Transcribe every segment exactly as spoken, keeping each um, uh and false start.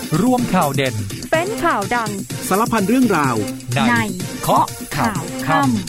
ร่วมข่าวเด่นเป็นข่าวดังสารพันเรื่องราวในเคาะข่าวค่ำ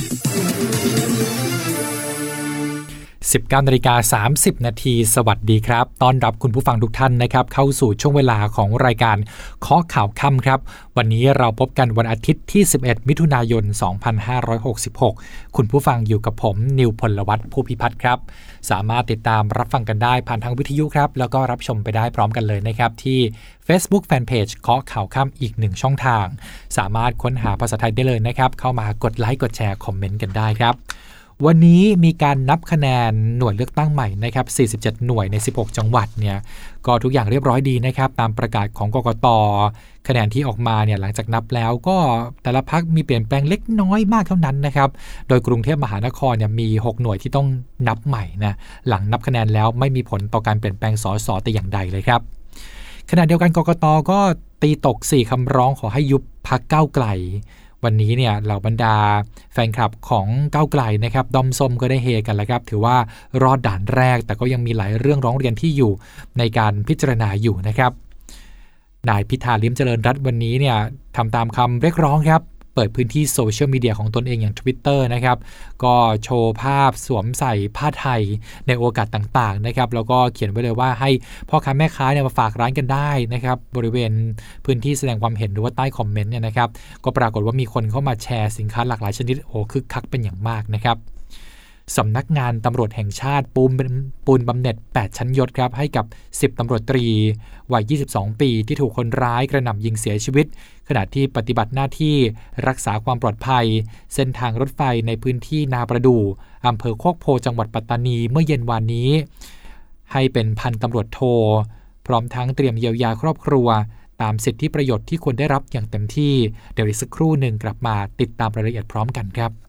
สิบเก้านาฬิกาสามสิบนาทีสวัสดีครับต้อนรับคุณผู้ฟังทุกท่านนะครับเข้าสู่ช่วงเวลาของรายการเคาะข่าวค่ำครับวันนี้เราพบกันวันอาทิตย์ที่สิบเอ็ดมิถุนายนสองพันห้าร้อยหกสิบหกคุณผู้ฟังอยู่กับผมนิวพลวัฒน์ผู้พิพัฒน์ครับสามารถติดตามรับฟังกันได้ผ่านทางวิทยุครับแล้วก็รับชมไปได้พร้อมกันเลยนะครับที่ Facebook Fanpage เคาะข่าวค่ำอีกหนึ่งช่องทางสามารถค้นหาภาษาไทยได้เลยนะครับเข้ามากดไลค์กดแชร์คอมเมนต์กันได้ครับวันนี้มีการนับคะแนนหน่วยเลือกตั้งใหม่นะครับสี่สิบเจ็ดหน่วยในสิบหกจังหวัดเนี่ยก็ทุกอย่างเรียบร้อยดีนะครับตามประกาศของกกต.คะแนนที่ออกมาเนี่ยหลังจากนับแล้วก็แต่ละพรรคมีเปลี่ยนแปลงเล็กน้อยมากเท่านั้นนะครับโดยกรุงเทพมหานครเนี่ยมีหกหน่วยที่ต้องนับใหม่นะหลังนับคะแนนแล้วไม่มีผลต่อการเปลี่ยนแปลงสสแต่อย่างใดเลยครับขณะเดียวกันกกต.ก็ตีตกสี่คำร้องขอให้ยุบพรรคก้าวไกลวันนี้เนี่ยเหล่าบรรดาแฟนคลับของก้าวไกลนะครับดอมส้มก็ได้เฮกันแล้วครับถือว่ารอดด่านแรกแต่ก็ยังมีหลายเรื่องร้องเรียนที่อยู่ในการพิจารณาอยู่นะครับนายพิธาลิ้มเจริญรัตน์วันนี้เนี่ยทำตามคำเรียกร้องครับเปิดพื้นที่โซเชียลมีเดียของตนเองอย่าง Twitter นะครับก็โชว์ภาพสวมใส่ผ้าไทยในโอกาสต่างๆนะครับแล้วก็เขียนไว้เลยว่าให้พ่อค้าแม่ค้าเนี่ยมาฝากร้านกันได้นะครับบริเวณพื้นที่แสดงความเห็นหรือว่าใต้คอมเมนต์เนี่ยนะครับก็ปรากฏว่ามีคนเข้ามาแชร์สินค้าหลากหลายชนิดโอ้คึกคักเป็นอย่างมากนะครับสำนักงานตำรวจแห่งชาติปูนปูนบำเหน็จแปดชั้นยศครับให้กับสิบตำรวจตรีวัยยี่สิบสองปีที่ถูกคนร้ายกระหน่ำยิงเสียชีวิตขณะที่ปฏิบัติหน้าที่รักษาความปลอดภัยเส้นทางรถไฟในพื้นที่นาประดู่อำเภอโคกโพจังหวัดปัตตานีเมื่อเย็นวานนี้ให้เป็นพันตำรวจโทพร้อมทั้งเตรียมเยียวยาครอบครัวตามสิทธิประโยชน์ที่ควรได้รับอย่างเต็มที่เดี๋ยวอีกสักครู่หนึ่งกลับมาติดตามรายละเอียดพร้อมกันครับ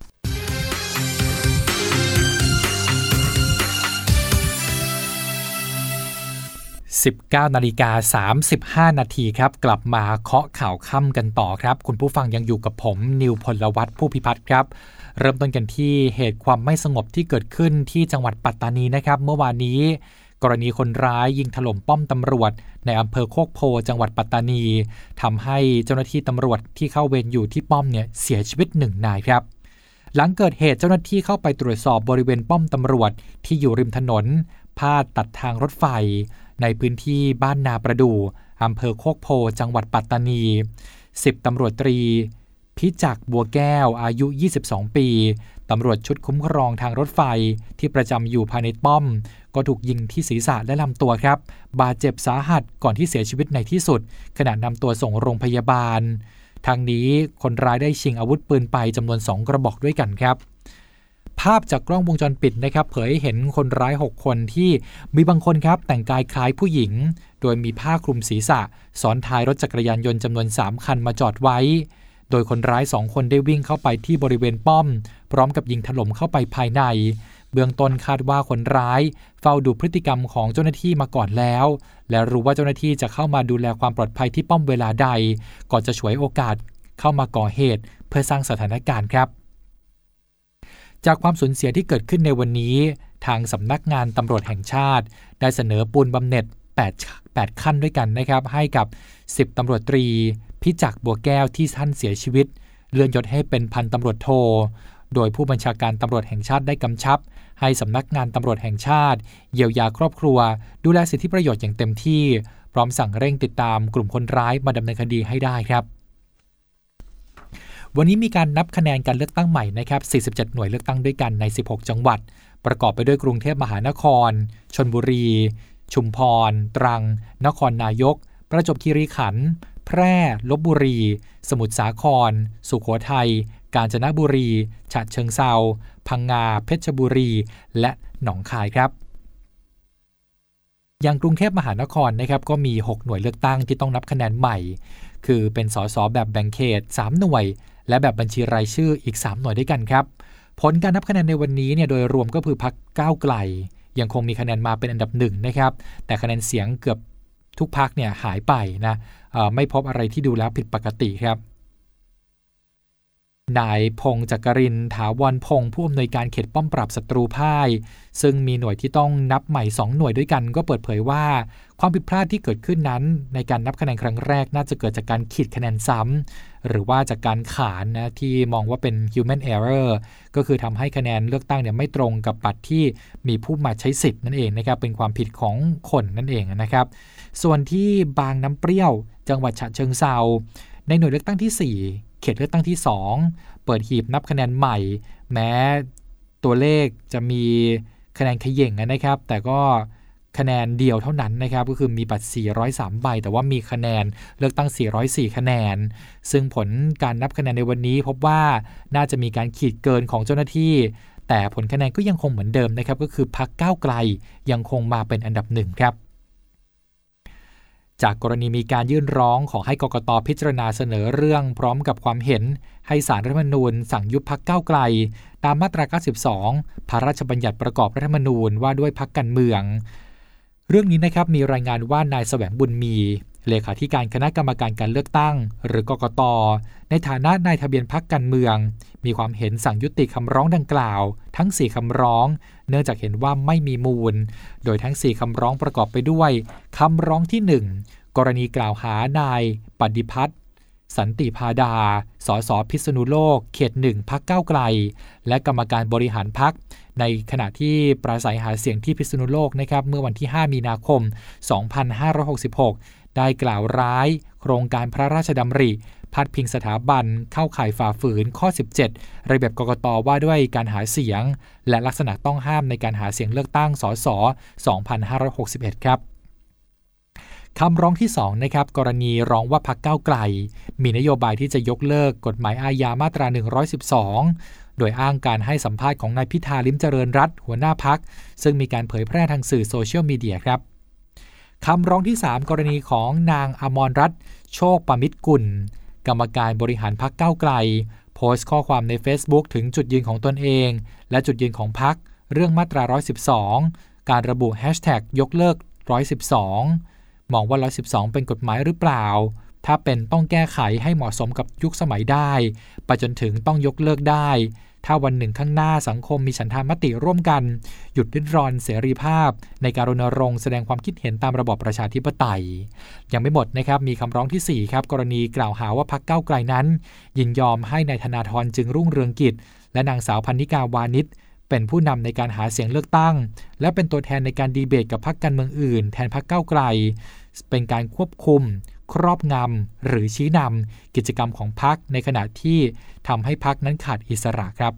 สิบเก้านาฬิกาสามสิบห้านาทีครับกลับมาเคาะข่าวค่ำกันต่อครับคุณผู้ฟังยังอยู่กับผมนิวพลวัฒน์ผู้พิพัฒน์ครับเริ่มต้นกันที่เหตุความไม่สงบที่เกิดขึ้นที่จังหวัดปัตตานีนะครับเมื่อวานนี้กรณีคนร้ายยิงถล่มป้อมตำรวจในอำเภอโคกโพจังหวัดปัตตานีทำให้เจ้าหน้าที่ตำรวจที่เข้าเวรอยู่ที่ป้อมเนี่ยเสียชีวิตหนึ่งนายครับหลังเกิดเหตุเจ้าหน้าที่เข้าไปตรวจสอบบริเวณป้อมตำรวจที่อยู่ริมถนนพาดตัดทางรถไฟในพื้นที่บ้านนาประดู่อำเภอโคกโพจังหวัดปัตตานีสิบตำรวจตรีพิจักรบัวแก้วอายุยี่สิบสองปีตำรวจชุดคุ้มครองทางรถไฟที่ประจำอยู่ภายในป้อมก็ถูกยิงที่ศีรษะและลำตัวครับบาดเจ็บสาหัสก่อนที่เสียชีวิตในที่สุดขณะนำตัวส่งโรงพยาบาลทางนี้คนร้ายได้ชิงอาวุธปืนไปจำนวนสองกระบอกด้วยกันครับภาพจากกล้องวงจรปิดนะครับเผยให้เห็นคนร้ายหกคนที่มีบางคนครับแต่งกายคล้ายผู้หญิงโดยมีผ้าคลุมศีรษะซ้อนท้ายรถจักรยานยนต์จำนวนสามคันมาจอดไว้โดยคนร้ายสองคนได้วิ่งเข้าไปที่บริเวณป้อมพร้อมกับยิงถล่มเข้าไปภายในเบื้องต้นคาดว่าคนร้ายเฝ้าดูพฤติกรรมของเจ้าหน้าที่มาก่อนแล้วและรู้ว่าเจ้าหน้าที่จะเข้ามาดูแลความปลอดภัยที่ป้อมเวลาใดก่อนจะฉวยโอกาสเข้ามาก่อเหตุเพื่อสร้างสถานการณ์ครับจากความสูญเสียที่เกิดขึ้นในวันนี้ทางสำนักงานตำรวจแห่งชาติได้เสนอปูนบำเหน็จแปด แปดขั้นด้วยกันนะครับให้กับสิบตำรวจตรีพิจักรบัวแก้วที่ท่านเสียชีวิตเลื่อนยศให้เป็นพันตำรวจโทโดยผู้บัญชาการตำรวจแห่งชาติได้กำชับให้สำนักงานตำรวจแห่งชาติเยียวยาครอบครัวดูแลสิทธิประโยชน์อย่างเต็มที่พร้อมสั่งเร่งติดตามกลุ่มคนร้ายมาดำเนินคดีให้ได้ครับวันนี้มีการนับคะแนนการเลือกตั้งใหม่นะครับสี่สิบเจ็ดหน่วยเลือกตั้งด้วยกันในสิบหกจังหวัดประกอบไปด้วยกรุงเทพมหานครชลบุรีชุมพรตรังนครนายกประจวบคีรีขันธ์แพร่ลพบุรีสมุทรสาครสุโขทัยกาญจนบุรีฉะเชิงเทราพังงาเพชรบุรีและหนองคายครับอย่างกรุงเทพมหานครนะครับก็มีหกหน่วยเลือกตั้งที่ต้องนับคะแนนใหม่คือเป็นสสแบบแบ่งเขตสามหน่วยและแบบบัญชีรายชื่ออีกสามหน่วยด้วยกันครับผลการนับคะแนนในวันนี้เนี่ยโดยรวมก็คือพรรคก้าวไกลยังคงมีคะแนนมาเป็นอันดับหนึ่งนะครับแต่คะแนนเสียงเกือบทุกพรรคเนี่ยหายไปนะไม่พบอะไรที่ดูแล้วผิดปกติครับนายพงษ์จักรินทร์ถาวรพงษ์ผู้อำนวยการเขตป้อมปราบศัตรูพ่ายซึ่งมีหน่วยที่ต้องนับใหม่สองหน่วยด้วยกันก็เปิดเผยว่าความผิดพลาดที่เกิดขึ้นนั้นในการนับคะแนนครั้งแรกน่าจะเกิดจากการขีดคะแนนซ้ำหรือว่าจากการขานนะที่มองว่าเป็น human error ก็คือทำให้คะแนนเลือกตั้งเนี่ยไม่ตรงกับบัตรที่มีผู้มาใช้สิทธิ์นั่นเองนะครับเป็นความผิดของคนนั่นเองนะครับส่วนที่บางน้ำเปรี้ยวจังหวัดฉะเชิงเทราในหน่วยเลือกตั้งที่สี่เขตเลือกตั้งที่สองเปิดหีบนับคะแนนใหม่แม้ตัวเลขจะมีคะแนนเขย่งนะครับแต่ก็คะแนนเดียวเท่านั้นนะครับก็คือมีบัตรสี่ร้อยสามใบแต่ว่ามีคะแนนเลือกตั้งสี่ร้อยสี่คะแนนซึ่งผลการนับคะแนนในวันนี้พบว่าน่าจะมีการขีดเกินของเจ้าหน้าที่แต่ผลคะแนนก็ยังคงเหมือนเดิมนะครับก็คือพรรคก้าวไกลยังคงมาเป็นอันดับหนึ่งครับจากกรณีมีการยื่นร้องขอให้กกต.พิจารณาเสนอเรื่องพร้อมกับความเห็นให้ศาลรัฐธรรมนูญสั่งยุบพรรคก้าวไกลตามมาตราเก้าสิบสองพระราชบัญญัติประกอบรัฐธรรมนูญว่าด้วยพรรคการเมืองเรื่องนี้นะครับมีรายงานว่านายแสวงบุญมีเลขาธิการคณะกรรมการการเลือกตั้งหรือกกต.ในฐานะนายทะเบียนพรรคการเมืองมีความเห็นสั่งยุติคำร้องดังกล่าวทั้งสี่คำร้องเนื่องจากเห็นว่าไม่มีมูลโดยทั้งสี่คำร้องประกอบไปด้วยคำร้องที่หนึ่งกรณีกล่าวหานายปฏิพัฒน์สันติพาดาสสพิษณุโลกเขตหนึ่งพรรคก้าวไกลและกรรมการบริหารพรรคในขณะที่ปราศัยหาเสียงที่พิษณุโลกนะครับเมื่อวันที่ห้ามีนาคมสองพันห้าร้อยหกสิบหกได้กล่าวร้ายโครงการพระราชดำริพาดพิงสถาบันเข้าข่ายฝ่าฝืนข้อสิบเจ็ดระเบียบกกต.ว่าด้วยการหาเสียงและลักษณะต้องห้ามในการหาเสียงเลือกตั้งสสสองพันห้าร้อยหกสิบเอ็ดครับคำร้องที่สองนะครับกรณีร้องว่าพรรคก้าวไกลมีนโยบายที่จะยกเลิกกฎหมายอาญามาตราหนึ่งร้อยสิบสองโดยอ้างการให้สัมภาษณ์ของนายพิธาลิ้มเจริญรัตน์หัวหน้าพรรคซึ่งมีการเผยแพร่ทางสื่อโซเชียลมีเดียครับคำร้องที่สามกรณีของนางอมรรัตน์โชคปมิตรกุลกรรมการบริหารพรรคก้าวไกลโพสต์ข้อความใน Facebook ถึงจุดยืนของตนเองและจุดยืนของพรรคเรื่องมาตราหนึ่งร้อยสิบสองการระบุแฮชแท็กยกเลิกหนึ่งร้อยสิบสองมองว่าหนึ่งร้อยสิบสองเป็นกฎหมายหรือเปล่าถ้าเป็นต้องแก้ไขให้เหมาะสมกับยุคสมัยได้ไปจนถึงต้องยกเลิกได้ถ้าวันหนึ่งข้างหน้าสังคมมีฉันทามติร่วมกันหยุดริดรอนเสรีภาพในการรณรงค์แสดงความคิดเห็นตามระบอบประชาธิปไตยยังไม่หมดนะครับมีคำร้องที่สี่ครับกรณีกล่าวหาว่าพรรคก้าวไกลนั้นยินยอมให้นายธนาธรจึงรุ่งเรืองกิจและนางสาวพรรณิกาวานิชเป็นผู้นำในการหาเสียงเลือกตั้งและเป็นตัวแทนในการดีเบตกับพรรคการเมืองอื่นแทนพรรคก้าวไกลเป็นการควบคุมครอบงำหรือชี้นำกิจกรรมของพรรคในขณะที่ทำให้พรรคนั้นขาดอิสระครับ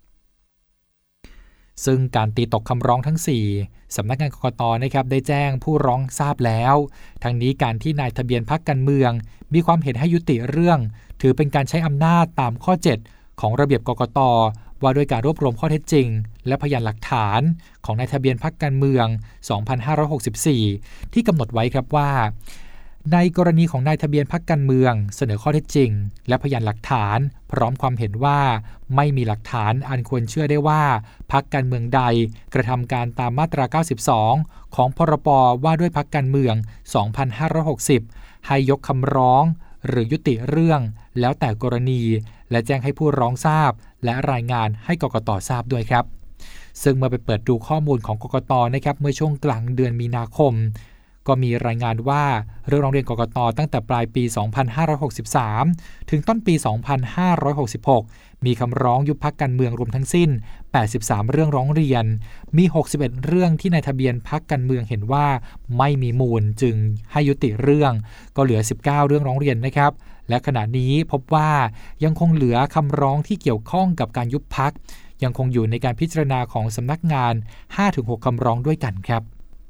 ซึ่งการตีตกคำร้องทั้งสี่สำนักงานกกต.นะครับได้แจ้งผู้ร้องทราบแล้วทั้งนี้การที่นายทะเบียนพรรคการเมืองมีความเห็นให้ยุติเรื่องถือเป็นการใช้อำนาจตามข้อเจ็ดของระเบียบกกต.ว่าด้วยการรวบรวมข้อเท็จจริงและพยานหลักฐานของนายทะเบียนพรรคการเมืองสองพันห้าร้อยหกสิบสี่ที่กำหนดไว้ครับว่าในกรณีของนายทะเบียนพรรคการเมืองเสนอข้อเท็จจริงและพยานหลักฐานพร้อมความเห็นว่าไม่มีหลักฐานอันควรเชื่อได้ว่าพรรคการเมืองใดกระทำการตามมาตราเก้าสิบสองของพรบว่าด้วยพรรคการเมืองสองพันห้าร้อยหกสิบให้ยกคำร้องหรือยุติเรื่องแล้วแต่กรณีและแจ้งให้ผู้ร้องทราบและรายงานให้กกต.ทราบด้วยครับซึ่งเมื่อไปเปิดดูข้อมูลของกกต.นะครับเมื่อช่วงกลางเดือนมีนาคมก็มีรายงานว่าเรื่องร้องเรียนกกต.ตั้งแต่ปลายปีสองพันห้าร้อยหกสิบสามถึงต้นปีสองพันห้าร้อยหกสิบหกมีคำร้องยุบพรรคการเมืองรวมทั้งสิ้นแปดสิบสามเรื่องร้องเรียนมีหกสิบเอ็ดเรื่องที่นายทะเบียนพรรคการเมืองเห็นว่าไม่มีมูลจึงให้ยุติเรื่องก็เหลือสิบเก้าเรื่องร้องเรียนนะครับและขณะนี้พบว่ายังคงเหลือคำร้องที่เกี่ยวข้องกับการยุบพรรคยังคงอยู่ในการพิจารณาของสำนักงาน ห้าถึงหก คำร้องด้วยกันครับ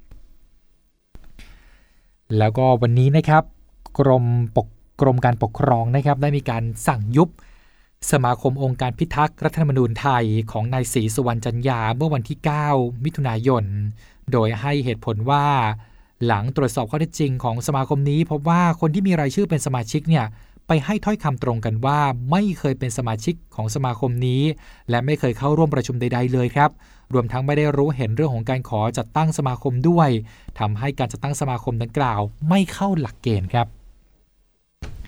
แล้วก็วันนี้นะครับกรมปกกรมการปกครองนะครับได้มีการสั่งยุบสมาคมองค์การพิทักษ์รัฐธรรมนูญไทยของนายศรีสุวรรณจันยาเมื่อวันที่เก้ามิถุนายนโดยให้เหตุผลว่าหลังตรวจสอบข้อเท็จจริงของสมาคมนี้พบว่าคนที่มีรายชื่อเป็นสมาชิกเนี่ยไปให้ถ้อยคำตรงกันว่าไม่เคยเป็นสมาชิกของสมาคมนี้และไม่เคยเข้าร่วมประชุมใดๆเลยครับรวมทั้งไม่ได้รู้เห็นเรื่องของการขอจัดตั้งสมาคมด้วยทำให้การจัดตั้งสมาคมดังกล่าวไม่เข้าหลักเกณฑ์ครับ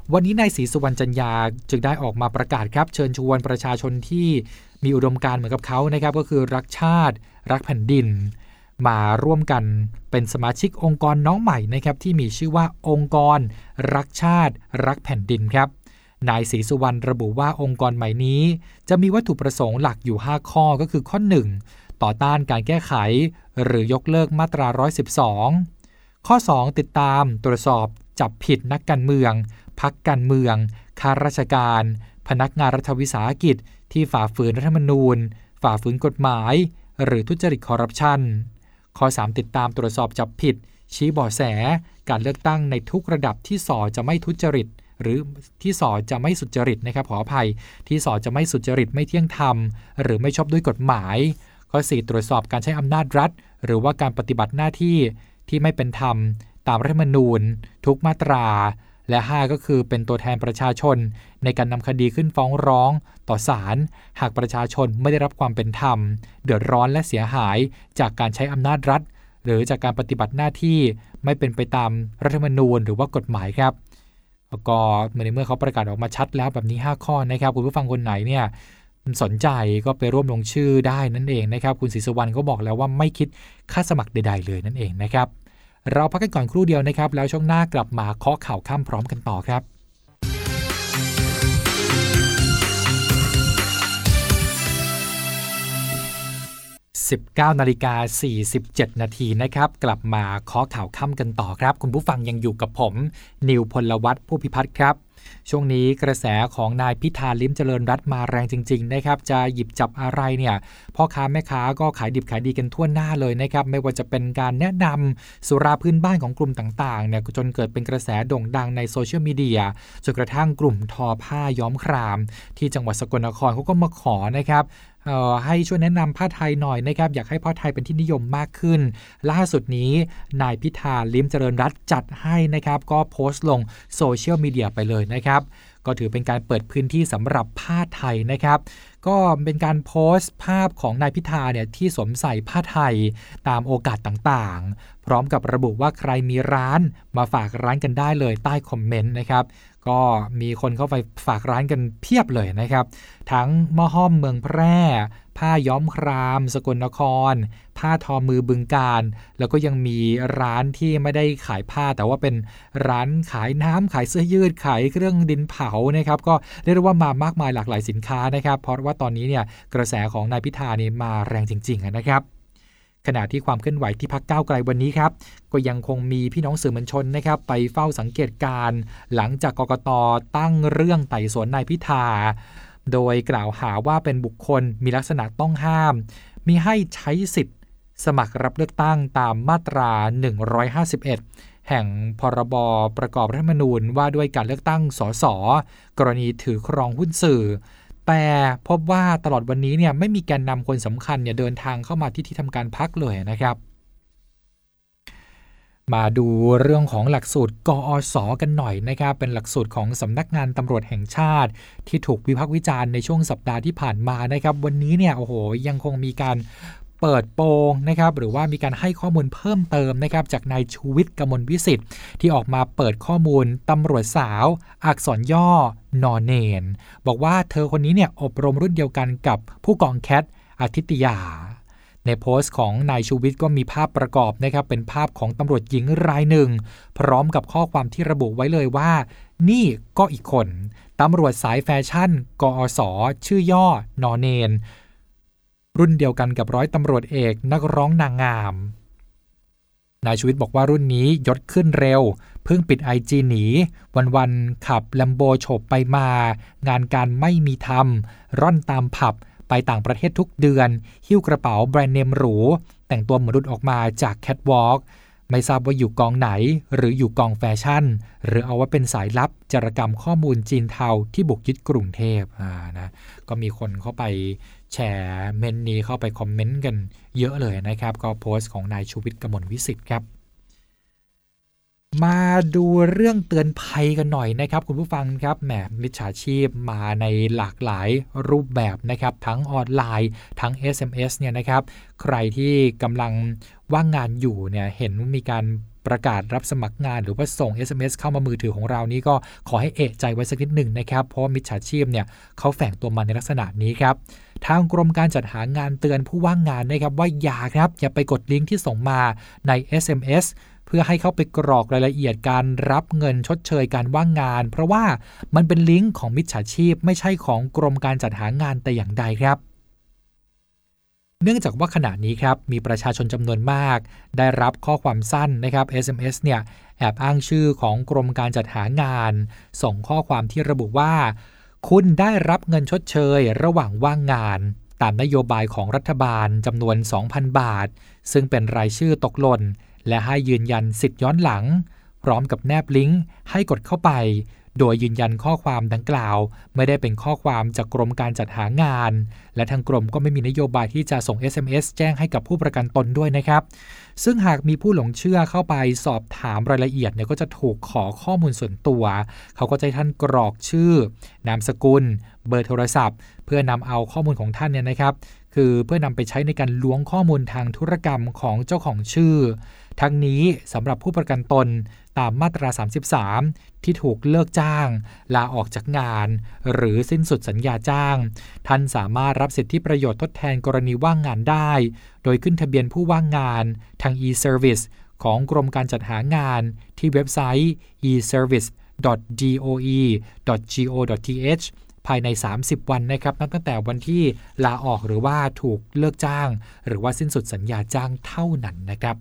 วันนี้นายศรีสุวรรณจันยาจึงได้ออกมาประกาศครับเชิญชวนประชาชนที่มีอุดมการณ์เหมือนกับเขานะครับก็คือรักชาติรักแผ่นดินมาร่วมกันเป็นสมาชิกองค์กรน้องใหม่นะครับที่มีชื่อว่าองค์กรรักชาติรักแผ่นดินครับนายศรีสุวรรณระบุว่าองค์กรใหม่นี้จะมีวัตถุประสงค์หลักอยู่ห้าข้อก็คือข้อหนึ่งต่อต้านการแก้ไขหรือยกเลิกมาตราหนึ่งร้อยสิบสองข้อสองติดตามตรวจสอบจับผิดนักการเมืองพรรคการเมืองข้าราชการพนักงานรัฐวิสาหกิจที่ฝ่าฝืนรัฐธรรมนูญฝ่าฝืนกฎหมายหรือทุจริตคอร์รัปชันข้อสามติดตามตรวจสอบจับผิดชี้เบาะแสการเลือกตั้งในทุกระดับที่สอจะไม่ทุจริตหรือที่สอจะไม่สุจริตนะครับขออภัยที่สอจะไม่สุจริตไม่เที่ยงธรรมหรือไม่ชอบด้วยกฎหมายข้อสี่ตรวจสอบการใช้อำนาจรัฐหรือว่าการปฏิบัติหน้าที่ที่ไม่เป็นธรรมตามรัฐธรรมนูญทุกมาตราและห้าก็คือเป็นตัวแทนประชาชนในการนำคดีขึ้นฟ้องร้องต่อศาลหากประชาชนไม่ได้รับความเป็นธรรมเดือดร้อนและเสียหายจากการใช้อำนาจรัฐหรือจากการปฏิบัติหน้าที่ไม่เป็นไปตามรัฐธรรมนูญหรือว่ากฎหมายครับแล้วก็เมื่อเขาประกาศออกมาชัดแล้วแบบนี้ห้าข้อนะครับคุณผู้ฟังคนไหนเนี่ยสนใจก็ไปร่วมลงชื่อได้นั่นเองนะครับคุณศรีสุวรรณก็บอกแล้วว่าไม่คิดค่าสมัครใดๆเลยนั่นเองนะครับเราพักกันก่อนครู่เดียวนะครับแล้วช่วงหน้ากลับมาเคาะข่าวค่ำพร้อมกันต่อครับสิบเก้านาฬิกาสี่สิบเจ็ดนาทีนะครับกลับมาเคาะข่าวค่ำกันต่อครับคุณผู้ฟังยังอยู่กับผมนิวพลวัฒน์ผู้พิพัฒน์ครับช่วงนี้กระแสของนายพิธาลิ้มเจริญรัตน์มาแรงจริงๆนะครับจะหยิบจับอะไรเนี่ยพ่อค้าแม่ค้าก็ขายดิบขายดีกันทั่วหน้าเลยนะครับไม่ว่าจะเป็นการแนะนำสุราพื้นบ้านของกลุ่มต่างๆเนี่ยจนเกิดเป็นกระแสโด่งดังในโซเชียลมีเดียจนกระทั่งกลุ่มทอผ้าย้อมครามที่จังหวัดสกลนครเขาก็มาขอนะครับให้ช่วยแนะนำผ้าไทยหน่อยนะครับอยากให้ผ้าไทยเป็นที่นิยมมากขึ้นล่าสุดนี้นายพิธาลิ้มเจริญรัตน์จัดให้นะครับก็โพสต์ลงโซเชียลมีเดียไปเลยนะครับก็ถือเป็นการเปิดพื้นที่สำหรับผ้าไทยนะครับก็เป็นการโพสต์ภาพของนายพิธาเนี่ยที่สวมใส่ผ้าไทยตามโอกาสต่างๆพร้อมกับระบุว่าใครมีร้านมาฝากร้านกันได้เลยใต้คอมเมนต์นะครับก็มีคนเข้าไปฝากร้านกันเพียบเลยนะครับทั้งหม้อห้อมเมืองแพร่ผ้าย้อมครามสกลนครผ้าทอมือบึงกาฬแล้วก็ยังมีร้านที่ไม่ได้ขายผ้าแต่ว่าเป็นร้านขายน้ำขายเสื้อยืดขายเครื่องดินเผานะครับก็เรียกได้ว่ามามากมายหลากหลายสินค้านะครับเพราะว่าตอนนี้เนี่ยกระแสของนายพิธานี่มาแรงจริงๆนะครับขณะที่ความเคลื่อนไหวที่พรรคก้าวไกลวันนี้ครับก็ยังคงมีพี่น้องสื่อมวลชนนะครับไปเฝ้าสังเกตการณ์หลังจากกกต.ตั้งเรื่องไต่สวนนายพิธาโดยกล่าวหาว่าเป็นบุคคลมีลักษณะต้องห้ามมิให้ใช้สิทธิ์สมัครรับเลือกตั้งตามมาตราหนึ่งร้อยห้าสิบเอ็ดแห่งพรบประกอบรัฐธรรมนูญว่าด้วยการเลือกตั้งสสกรณีถือครองหุ้นสื่อแต่พบว่าตลอดวันนี้เนี่ยไม่มีแกนนำคนสำคัญเนี่ยเดินทางเข้ามาที่ที่ทำการพรรคเลยนะครับมาดูเรื่องของหลักสูตรกอศกันหน่อยนะครับเป็นหลักสูตรของสำนักงานตำรวจแห่งชาติที่ถูกวิพากษ์วิจารณ์ในช่วงสัปดาห์ที่ผ่านมานะครับวันนี้เนี่ยโอ้โหยังคงมีการเปิดโปงนะครับหรือว่ามีการให้ข้อมูลเพิ่มเติมนะครับจากนายชูวิทย์กมลวิสิทธิ์ที่ออกมาเปิดข้อมูลตำรวจสาวอักษรย่อนอเนนบอกว่าเธอคนนี้เนี่ยอบรมรุ่นเดียวกันกับผู้กองแคทอาทิตยาในโพสต์ของนายชูวิทย์ก็มีภาพประกอบนะครับเป็นภาพของตำรวจหญิงรายหนึ่งพร้อมกับข้อความที่ระบุไว้เลยว่านี่ก็อีกคนตำรวจสายแฟชั่นกอศชื่อย่อนอเนนรุ่นเดียวกันกับร้อยตำรวจเอกนักร้องนางงามนายชูวิทย์บอกว่ารุ่นนี้ยศขึ้นเร็วเพิ่งปิด ไอ จี หนีวันๆขับแลมโบโฉบไปมางานการไม่มีทำร่อนตามผับไปต่างประเทศทุกเดือนหิ้วกระเป๋าแบรนด์เนมหรูแต่งตัวเหมือนหลุดออกมาจากแคทวอล์กไม่ทราบว่าอยู่กองไหนหรืออยู่กองแฟชั่นหรือเอาว่าเป็นสายลับจารกรรมข้อมูลจีนเทาที่บุกยึดกรุงเทพอ่านะก็มีคนเข้าไปแชร์เมนนี้เข้าไปคอมเมนต์กันเยอะเลยนะครับก็โพสต์ของนายชูวิทย์กมลวิสิทธิ์ครับมาดูเรื่องเตือนภัยกันหน่อยนะครับคุณผู้ฟังครับแหมมิจฉาชีพมาในหลากหลายรูปแบบนะครับทั้งออนไลน์ทั้ง เอส เอ็ม เอส เนี่ยนะครับใครที่กำลังว่างงานอยู่เนี่ยเห็นมีการปประกาศรับสมัครงานหรือว่าส่ง เอส เอ็ม เอส เข้ามามือถือของเรานี้ก็ขอให้เอะใจไว้สักนิดหนึ่งนะครับเพราะว่ามิจฉาชีพเนี่ยเขาแฝงตัวมาในลักษณะนี้ครับทางกรมการจัดหางานเตือนผู้ว่างงานนะครับว่าอย่าครับอย่าไปกดลิงก์ที่ส่งมาใน เอส เอ็ม เอส เพื่อให้เข้าไปกรอกรายละเอียดการรับเงินชดเชยการว่างงานเพราะว่ามันเป็นลิงก์ของมิจฉาชีพไม่ใช่ของกรมการจัดหางานแต่อย่างใดครับเนื่องจากว่าขณะนี้ครับมีประชาชนจำนวนมากได้รับข้อความสั้นนะครับ เอส เอ็ม เอส เนี่ยแอบอ้างชื่อของกรมการจัดหางานส่งข้อความที่ระบุว่าคุณได้รับเงินชดเชยระหว่างว่างงานตามนโยบายของรัฐบาลจำนวน สองพัน บาทซึ่งเป็นรายชื่อตกหล่นและให้ยืนยันสิทธิ์ย้อนหลังพร้อมกับแนบลิงก์ให้กดเข้าไปโดยยืนยันข้อความดังกล่าวไม่ได้เป็นข้อความจากกรมการจัดหางานและทางกรมก็ไม่มีนโยบายที่จะส่ง เอส เอ็ม เอส แจ้งให้กับผู้ประกันตนด้วยนะครับซึ่งหากมีผู้หลงเชื่อเข้าไปสอบถามรายละเอียดเนี่ยก็จะถูกขอข้อมูลส่วนตัวเขาก็จะให้ท่านกรอกชื่อนามสกุลเบอร์โทรศัพท์เพื่อนำเอาข้อมูลของท่านเนี่ยนะครับคือเพื่อนำไปใช้ในการล้วงข้อมูลทางธุรกรรมของเจ้าของชื่อทั้งนี้สำหรับผู้ประกันตนตามมาตราสามสิบสามที่ถูกเลิกจ้างลาออกจากงานหรือสิ้นสุดสัญญาจ้างท่านสามารถรับสิทธิประโยชน์ทดแทนกรณีว่างงานได้โดยขึ้นทะเบียนผู้ว่างงานทาง e-service ของกรมการจัดหางานที่เว็บไซต์ อี เซอร์วิส ดอท ดี โอ อี ดอท จี โอ ดอท ที เอช ภายในสามสิบวันนะครับนับตั้งแต่วันที่ลาออกหรือว่าถูกเลิกจ้างหรือว่าสิ้นสุดสัญญาจ้างเท่านั้นนะครับ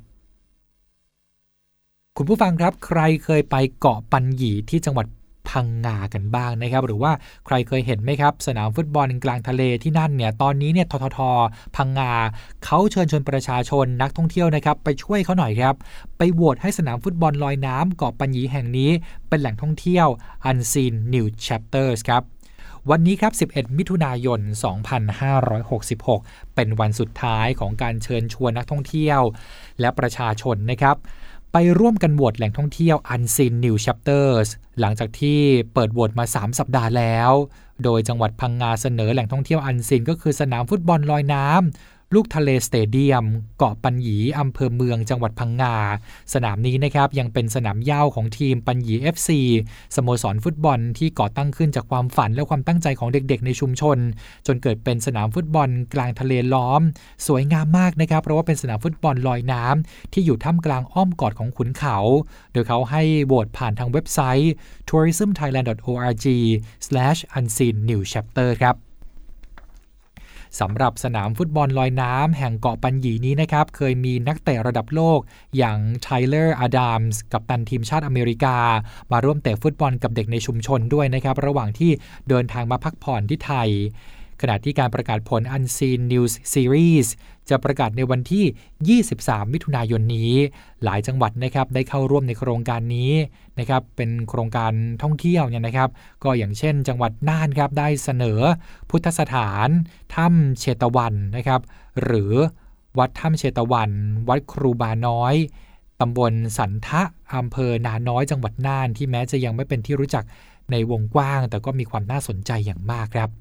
คุณผู้ฟังครับใครเคยไปเกาะปัญญีที่จังหวัดพังงากันบ้างนะครับหรือว่าใครเคยเห็นไหมครับสนามฟุตบอลกลางทะเลที่นั่นเนี่ยตอนนี้เนี่ยททท.พังงาเขาเชิญชวนประชาชนนักท่องเที่ยวนะครับไปช่วยเขาหน่อยครับไปโหวตให้สนามฟุตบอลลอยน้ำเกาะปัญญีแห่งนี้เป็นแหล่งท่องเที่ยว Unseen New Chapters ครับวันนี้ครับสิบเอ็ดมิถุนายนสองพันห้าร้อยหกสิบหกเป็นวันสุดท้ายของการเชิญชวนนักท่องเที่ยวและประชาชนนะครับไปร่วมกันโหวตแหล่งท่องเที่ยว Unseen New Chapters หลังจากที่เปิดโหวตมาสามสัปดาห์แล้วโดยจังหวัดพังงาเสนอแหล่งท่องเที่ยว Unseen ก็คือสนามฟุตบอลลอยน้ำลูกทะเลสเตเดียมเกาะปัญญีอำเภอเมืองจังหวัดพังงาสนามนี้นะครับยังเป็นสนามหญ้าของทีมปัญญี เอฟ ซี สโมสรฟุตบอลที่ก่อตั้งขึ้นจากความฝันและความตั้งใจของเด็กๆในชุมชนจนเกิดเป็นสนามฟุตบอลกลางทะเลล้อมสวยงามมากนะครับเพราะว่าเป็นสนามฟุตบอลลอยน้ำที่อยู่ท่ามกลางอ้อมกอดของขุนเขาโดยเขาให้โหวตผ่านทางเว็บไซต์ ทัวริซึมไทยแลนด์ ดอท โอ อาร์ จี สแลช อันซีน นิว แชปเตอร์ ครับสำหรับสนามฟุตบอลลอยน้ำแห่งเกาะปัญญีนี้นะครับเคยมีนักเตะระดับโลกอย่างไทเลอร์ อาดัมส์กัปตันทีมชาติอเมริกามาร่วมเตะฟุตบอลกับเด็กในชุมชนด้วยนะครับระหว่างที่เดินทางมาพักผ่อนที่ไทยขณะที่การประกาศผล Unseen News Series จะประกาศในวันที่ยี่สิบสามมิถุนายนนี้หลายจังหวัดนะครับได้เข้าร่วมในโครงการนี้นะครับเป็นโครงการท่องเที่ยวเนี่ยนะครับก็อย่างเช่นจังหวัดน่านครับได้เสนอพุทธสถานถ้ำเชตวันนะครับหรือวัดถ้ำเชตวันวัดครูบาน้อยตำบลสันทะอำเภอนาน้อยจังหวัดน่านที่แม้จะยังไม่เป็นที่รู้จักในวงกว้างแต่ก็มีความน่าสนใจอย่างมากครับ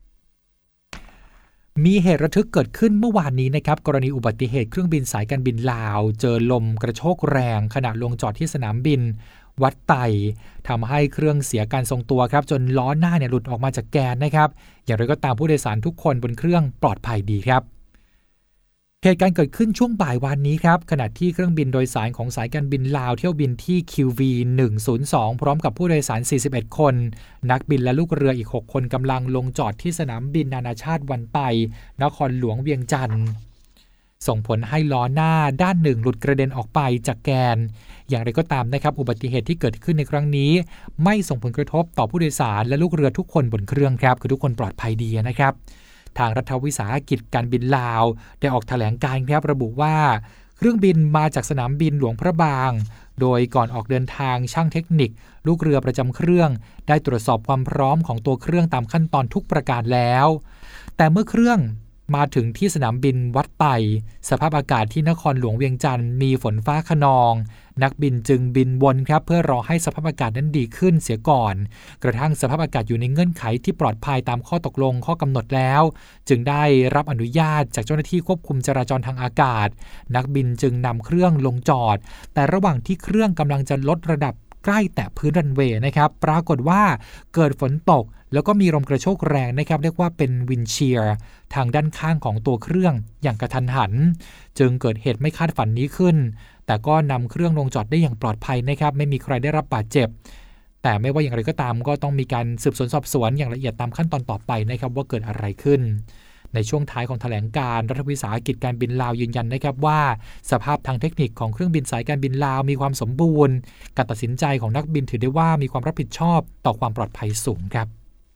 มีเหตุระทึกเกิดขึ้นเมื่อวานนี้นะครับกรณีอุบัติเหตุเครื่องบินสายการบินลาวเจอลมกระโชกแรงขณะลงจอดที่สนามบินวัดไต่ทำให้เครื่องเสียการทรงตัวครับจนล้อหน้าเนี่ยหลุดออกมาจากแกนนะครับอย่างไรก็ตามผู้โดยสารทุกคนบนเครื่องปลอดภัยดีครับเหตุการณ์เกิดขึ้นช่วงบ่ายวันนี้ครับขณะที่เครื่องบินโดยสารของสายการบินลาวเที่ยวบินที่ คิว วี หนึ่งศูนย์สอง พร้อมกับผู้โดยสารสี่สิบเอ็ดคนนักบินและลูกเรืออีกหกคนกำลังลงจอดที่สนามบินนานาชาติวันไต่นครหลวงเวียงจันทร์ส่งผลให้ล้อหน้าด้านหนึ่งหลุดกระเด็นออกไปจากแกนอย่างไรก็ตามนะครับอุบัติเหตุที่เกิดขึ้นในครั้งนี้ไม่ส่งผลกระทบต่อผู้โดยสารและลูกเรือทุกคนบนเครื่องครับคือทุกคนปลอดภัยดีนะครับทางรัฐวิสาหกิจการบินลาวได้ออกแถลงการครับระบุว่าเครื่องบินมาจากสนามบินหลวงพระบางโดยก่อนออกเดินทางช่างเทคนิคลูกเรือประจำเครื่องได้ตรวจสอบความพร้อมของตัวเครื่องตามขั้นตอนทุกประการแล้วแต่เมื่อเครื่องมาถึงที่สนามบินวัดไต่สภาพอากาศที่นครหลวงเวียงจันทร์มีฝนฟ้าคะนองนักบินจึงบินวนครับเพื่อรอให้สภาพอากาศนั้นดีขึ้นเสียก่อนกระทั่งสภาพอากาศอยู่ในเงื่อนไขที่ปลอดภัยตามข้อตกลงข้อกำหนดแล้วจึงได้รับอนุญาตจากเจ้าหน้าที่ควบคุมจราจรทางอากาศนักบินจึงนำเครื่องลงจอดแต่ระหว่างที่เครื่องกำลังจะลดระดับใกล้แตะพื้นรันเวย์นะครับปรากฏว่าเกิดฝนตกแล้วก็มีลมกระโชกแรงนะครับเรียกว่าเป็นวินเชียร์ทางด้านข้างของตัวเครื่องอย่างกระทันหันจึงเกิดเหตุไม่คาดฝันนี้ขึ้นแต่ก็นำเครื่องลงจอดได้อย่างปลอดภัยนะครับไม่มีใครได้รับบาดเจ็บแต่ไม่ว่าอย่างไรก็ตามก็ต้องมีการสืบสวนสอบสวนอย่างละเอียดตามขั้นตอนต่อไปนะครับว่าเกิดอะไรขึ้นในช่วงท้ายของแถลงการรัฐวิสาหกิจการบินลาวยืนยันนะครับว่าสภาพทางเทคนิคของเครื่องบินสายการบินลาวมีความสมบูรณ์การตัดสินใจของนักบินถือได้ว่ามีความรับผิดชอบต่อความปลอดภัยสูงครับ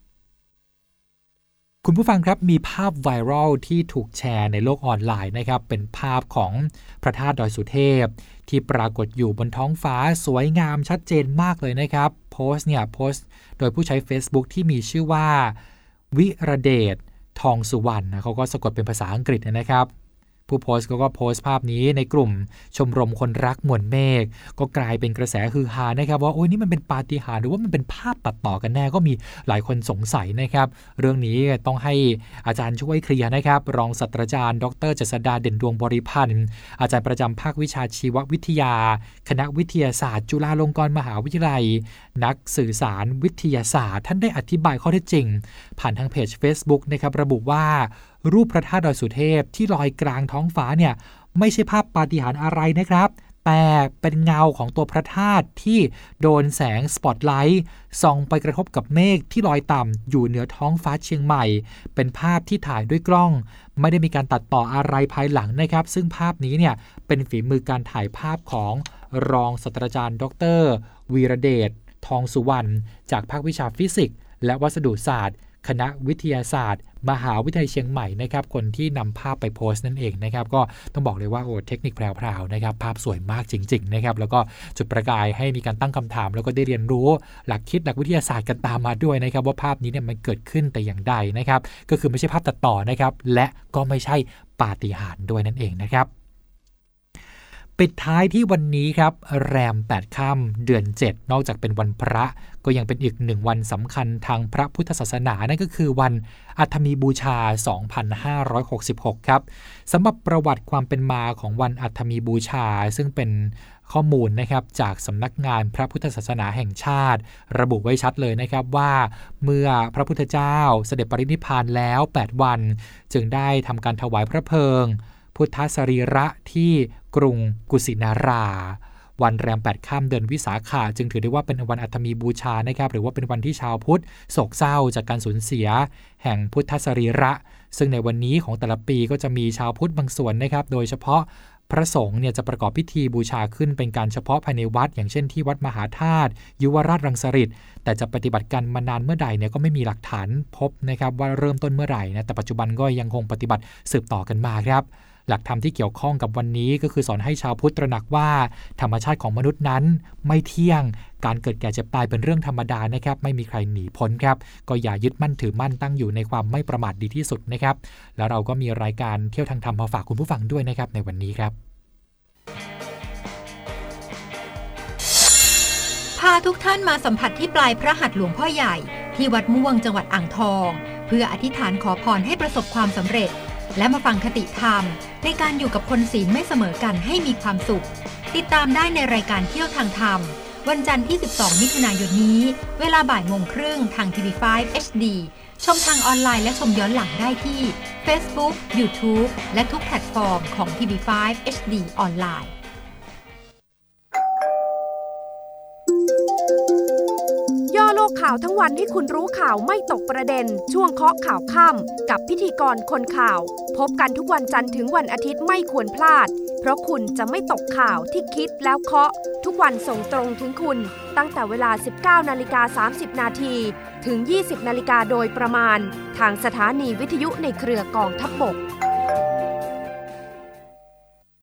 คุณผู้ฟังครับมีภาพไวรัลที่ถูกแชร์ในโลกออนไลน์นะครับเป็นภาพของพระธาตุดอยสุเทพที่ปรากฏอยู่บนท้องฟ้าสวยงามชัดเจนมากเลยนะครับโพสต์เนี่ยโพสต์โดยผู้ใช้ Facebook ที่มีชื่อว่าวิรเดชทองสุวรรณนะเขาก็สะกดเป็นภาษาอังกฤษนะครับผู้โพสต์ก็โพสต์ภาพนี้ในกลุ่มชมรมคนรักมวลเมฆก็กลายเป็นกระแสฮือฮานะครับว่าโอ้ยนี่มันเป็นปาฏิหาริย์หรือว่ามันเป็นภาพตัดต่อกันแน่ก็มีหลายคนสงสัยนะครับเรื่องนี้ต้องให้อาจารย์ช่วยเคลียร์นะครับรองศาสตราจารย์ดร.เจษฎาเด่นดวงบริพันธ์อาจารย์ประจำภาควิชาชีววิทยาคณะวิทยาศาสตร์จุฬาลงกรณ์มหาวิทยาลัยนักสื่อสารวิทยาศาสตร์ท่านได้อธิบายข้อเท็จจริงผ่านทางเพจ Facebook นะครับระบุว่ารูปพระธาตุดอยสุเทพที่ลอยกลางท้องฟ้าเนี่ยไม่ใช่ภาพปาฏิหาริย์อะไรนะครับแต่เป็นเงาของตัวพระธาตุที่โดนแสงสปอตไลท์ส่องไปกระทบกับเมฆที่ลอยต่ำอยู่เหนือท้องฟ้าเชียงใหม่เป็นภาพที่ถ่ายด้วยกล้องไม่ได้มีการตัดต่ออะไรภายหลังนะครับซึ่งภาพนี้เนี่ยเป็นฝีมือการถ่ายภาพของรองศาสตราจารย์ดร.วีรเดชทองสุวรรณจากภาควิชาฟิสิกส์และวัสดุศาสตร์คณะวิทยาศาสตร์มหาวิทยาลัยเชียงใหม่นะครับคนที่นำภาพไปโพสต์นั่นเองนะครับก็ต้องบอกเลยว่าโอ้เทคนิคแพรวๆนะครับภาพสวยมากจริงๆนะครับแล้วก็จุดประกายให้มีการตั้งคำถามแล้วก็ได้เรียนรู้หลักคิดหลักวิทยาศาสตร์กันตามมาด้วยนะครับว่าภาพนี้เนี่ยมันเกิดขึ้นแต่อย่างใดนะครับก็คือไม่ใช่ภาพตัดต่อนะครับและก็ไม่ใช่ปาฏิหาริย์ด้วยนั่นเองนะครับปิดท้ายที่วันนี้ครับแรมแปดค่ำเดือนเจ็ดนอกจากเป็นวันพระก็ยังเป็นอีกหนึ่งวันสำคัญทางพระพุทธศาสนานั่นก็คือวันอัฐมีบูชาสองพันห้าร้อยหกสิบหกครับสำหรับประวัติความเป็นมาของวันอัฐมีบูชาซึ่งเป็นข้อมูลนะครับจากสำนักงานพระพุทธศาสนาแห่งชาติระบุไว้ชัดเลยนะครับว่าเมื่อพระพุทธเจ้าเสด็จปรินิพพานแล้วแปดวันจึงได้ทำการถวายพระเพลิงพุทธสรีระที่กรุงกุสินาราวันแรมแปดค่ำเดือนวิสาขะจึงถือได้ว่าเป็นวันอัฐมีบูชานะครับหรือว่าเป็นวันที่ชาวพุทธโศกเศร้าจากการสูญเสียแห่งพุทธสรีระซึ่งในวันนี้ของแต่ละปีก็จะมีชาวพุทธบางส่วนนะครับโดยเฉพาะพระสงฆ์เนี่ยจะประกอบพิธีบูชาขึ้นเป็นการเฉพาะภายในวัดอย่างเช่นที่วัดมหาธาตุยุวราชรังสฤษฎ์แต่จะปฏิบัติกันมานานเมื่อใดเนี่ยก็ไม่มีหลักฐานพบนะครับว่าเริ่มต้นเมื่อไหร่นะแต่ปัจจุบันก็ยังคงปฏิบัติสืบต่อกันมาครับหลักธรรมที่เกี่ยวข้องกับวันนี้ก็คือสอนให้ชาวพุทธตระหนักว่าธรรมชาติของมนุษย์นั้นไม่เที่ยงการเกิดแก่เจ็บตายเป็นเรื่องธรรมดานะครับไม่มีใครหนีพ้นครับก็อย่ายึดมั่นถือมั่นตั้งอยู่ในความไม่ประมาทดีที่สุดนะครับแล้วเราก็มีรายการเที่ยวทางธรรมมาฝากคุณผู้ฟังด้วยนะครับในวันนี้ครับพาทุกท่านมาสัมผัสที่ปลายพระหัตถ์หลวงพ่อใหญ่ที่วัดม่วงจังหวัดอ่างทองเพื่ออธิษฐานขอพรให้ประสบความสำเร็จและมาฟังคติธรรมในการอยู่กับคนศีลไม่เสมอกันให้มีความสุขติดตามได้ในรายการเที่ยวทางธรรมวันจันทร์ที่สิบสองมิถุนายนนี้เวลาบ่ายโมงครึ่งทาง ที วี ไฟว์ เอช ดี ชมทางออนไลน์และชมย้อนหลังได้ที่ Facebook YouTube และทุกแพลตฟอร์มของ ที วี ไฟว์ เอช ดี ออนไลน์ย่อโลกข่าวทั้งวันให้คุณรู้ข่าวไม่ตกประเด็นช่วงเคาะข่าวค่ำกับพิธีกรคนข่าวพบกันทุกวันจันทร์ถึงวันอาทิตย์ไม่ควรพลาดเพราะคุณจะไม่ตกข่าวที่คิดแล้วเคาะทุกวันส่งตรงถึงคุณตั้งแต่เวลา สิบเก้านาฬิกาสามสิบนาที ถึง ยี่สิบนาฬิกาโดยประมาณทางสถานีวิทยุในเครือกองทัพบก